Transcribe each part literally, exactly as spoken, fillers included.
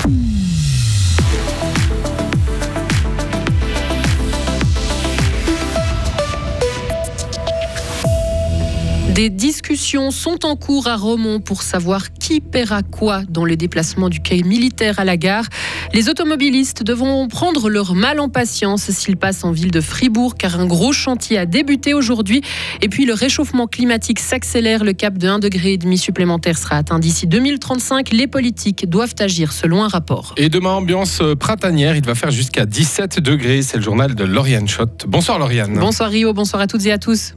Des discussions sont en cours à Romont pour savoir qui paiera quoi dans le déplacement du quai militaire à la gare. Les automobilistes devront prendre leur mal en patience s'ils passent en ville de Fribourg, car un gros chantier a débuté aujourd'hui. Et puis le réchauffement climatique s'accélère. Le cap de un virgule cinq degré supplémentaire sera atteint d'ici deux mille trente-cinq. Les politiques doivent agir selon un rapport. Et demain, ambiance printanière, il va faire jusqu'à dix-sept degrés. C'est le journal de Lauriane Schott. Bonsoir Lauriane. Bonsoir Rio, bonsoir à toutes et à tous.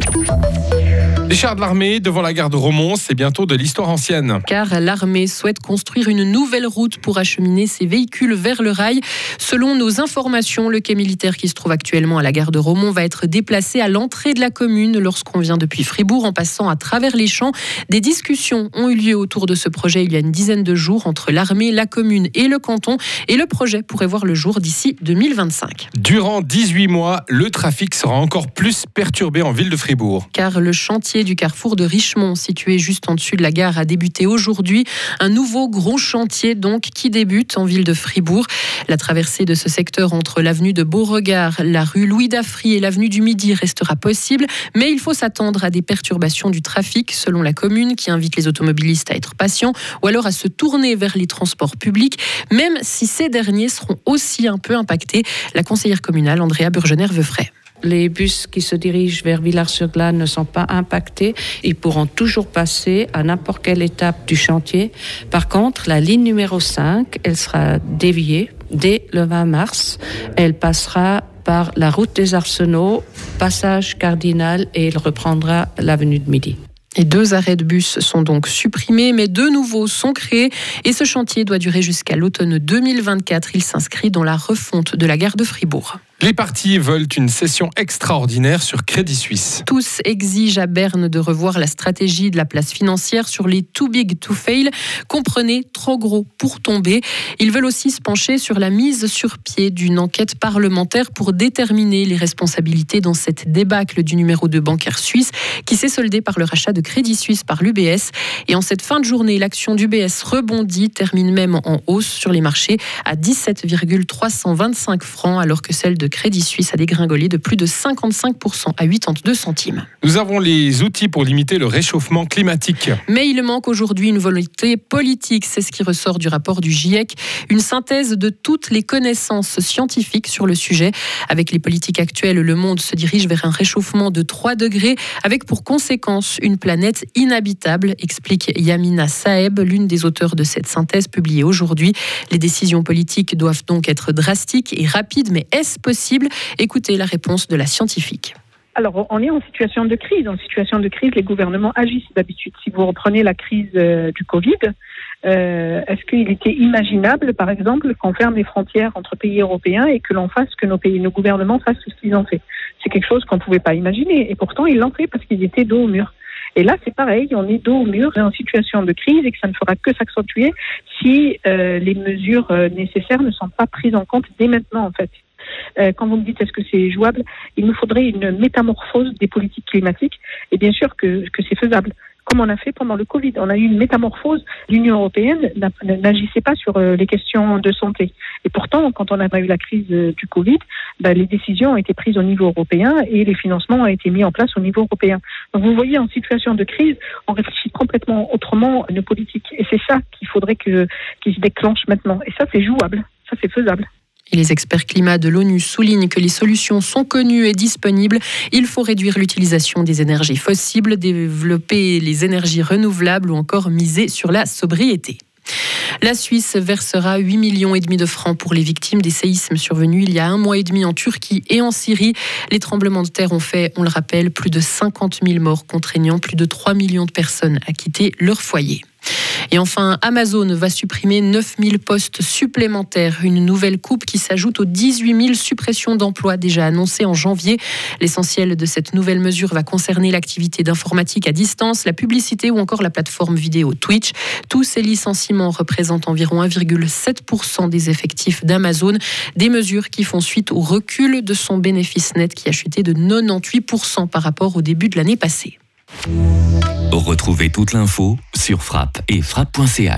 Les chars de l'armée devant la gare de Romont, c'est bientôt de l'histoire ancienne. Car l'armée souhaite construire une nouvelle route pour acheminer ses véhicules vers le rail. Selon nos informations, le quai militaire qui se trouve actuellement à la gare de Romont va être déplacé à l'entrée de la commune lorsqu'on vient depuis Fribourg en passant à travers les champs. Des discussions ont eu lieu autour de ce projet il y a une dizaine de jours entre l'armée, la commune et le canton. Et le projet pourrait voir le jour d'ici deux mille vingt-cinq. Durant dix-huit mois, le trafic sera encore plus perturbé en ville de Fribourg. Car le chantier du carrefour de Richemont, situé juste en dessus de la gare, a débuté aujourd'hui. Un nouveau gros chantier donc qui débute en ville de Fribourg. La traversée de ce secteur entre l'avenue de Beauregard, la rue Louis Daffry et l'avenue du Midi restera possible, mais il faut s'attendre à des perturbations du trafic selon la commune qui invite les automobilistes à être patients ou alors à se tourner vers les transports publics, même si ces derniers seront aussi un peu impactés. La conseillère communale Andrea Burgener-Veufray. Les bus qui se dirigent vers Villars-sur-Glâne ne sont pas impactés. Ils pourront toujours passer à n'importe quelle étape du chantier. Par contre, la ligne numéro cinq, elle sera déviée dès le vingt mars. Elle passera par la route des Arsenaux, passage Cardinal, et elle reprendra l'avenue de Midi. Et deux arrêts de bus sont donc supprimés, mais deux nouveaux sont créés. Et ce chantier doit durer jusqu'à l'automne deux mille vingt-quatre. Il s'inscrit dans la refonte de la gare de Fribourg. Les partis veulent une session extraordinaire sur Crédit Suisse. Tous exigent à Berne de revoir la stratégie de la place financière sur les too big to fail. Comprenez, trop gros pour tomber. Ils veulent aussi se pencher sur la mise sur pied d'une enquête parlementaire pour déterminer les responsabilités dans cette débâcle du numéro deux bancaire suisse qui s'est soldé par le rachat de Crédit Suisse par l'U B S. Et en cette fin de journée, l'action d'U B S rebondit, termine même en hausse sur les marchés à dix-sept virgule trois cent vingt-cinq francs, alors que celle de Crédit Suisse a dégringolé de plus de cinquante-cinq pour cent à quatre-vingt-deux centimes. Nous avons les outils pour limiter le réchauffement climatique. Mais il manque aujourd'hui une volonté politique. C'est ce qui ressort du rapport du GIEC. Une synthèse de toutes les connaissances scientifiques sur le sujet. Avec les politiques actuelles, le monde se dirige vers un réchauffement de trois degrés, avec pour conséquence une planète inhabitable, explique Yamina Saeb, l'une des auteurs de cette synthèse publiée aujourd'hui. Les décisions politiques doivent donc être drastiques et rapides, mais est-ce possible ? Écoutez la réponse de la scientifique. Alors, on est en situation de crise. En situation de crise, les gouvernements agissent d'habitude. Si vous reprenez la crise euh, du Covid, euh, est-ce qu'il était imaginable, par exemple, qu'on ferme les frontières entre pays européens et que l'on fasse, que nos pays, nos gouvernements fassent ce qu'ils ont fait ? C'est quelque chose qu'on ne pouvait pas imaginer. Et pourtant, ils l'ont fait parce qu'ils étaient dos au mur. Et là, c'est pareil, on est dos au mur en situation de crise et que ça ne fera que s'accentuer si euh, les mesures euh, nécessaires ne sont pas prises en compte dès maintenant, en fait. Euh, quand vous me dites est-ce que c'est jouable, il nous faudrait une métamorphose des politiques climatiques et bien sûr que, que c'est faisable. Comme on a fait pendant le Covid, on a eu une métamorphose. L'Union européenne n'agissait pas sur les questions de santé. Et pourtant, quand on a eu la crise du Covid, ben, les décisions ont été prises au niveau européen et les financements ont été mis en place au niveau européen. Donc vous voyez, en situation de crise, on réfléchit complètement autrement nos politiques. Et c'est ça qu'il faudrait que, qu'il se déclenche maintenant. Et ça, c'est jouable. Ça, c'est faisable. Et les experts climat de l'ONU soulignent que les solutions sont connues et disponibles. Il faut réduire l'utilisation des énergies fossiles, développer les énergies renouvelables ou encore miser sur la sobriété. La Suisse versera huit millions et demi de francs pour les victimes des séismes survenus il y a un mois et demi en Turquie et en Syrie. Les tremblements de terre ont fait, on le rappelle, plus de cinquante mille morts, contraignant plus de trois millions de personnes à quitter leur foyer. Et enfin, Amazon va supprimer neuf mille postes supplémentaires, une nouvelle coupe qui s'ajoute aux dix-huit mille suppressions d'emplois déjà annoncées en janvier. L'essentiel de cette nouvelle mesure va concerner l'activité d'informatique à distance, la publicité ou encore la plateforme vidéo Twitch. Tous ces licenciements représentent environ un virgule sept pour cent des effectifs d'Amazon, des mesures qui font suite au recul de son bénéfice net qui a chuté de quatre-vingt-dix-huit pour cent par rapport au début de l'année passée. Retrouvez toute l'info sur frappe et frappe point c h.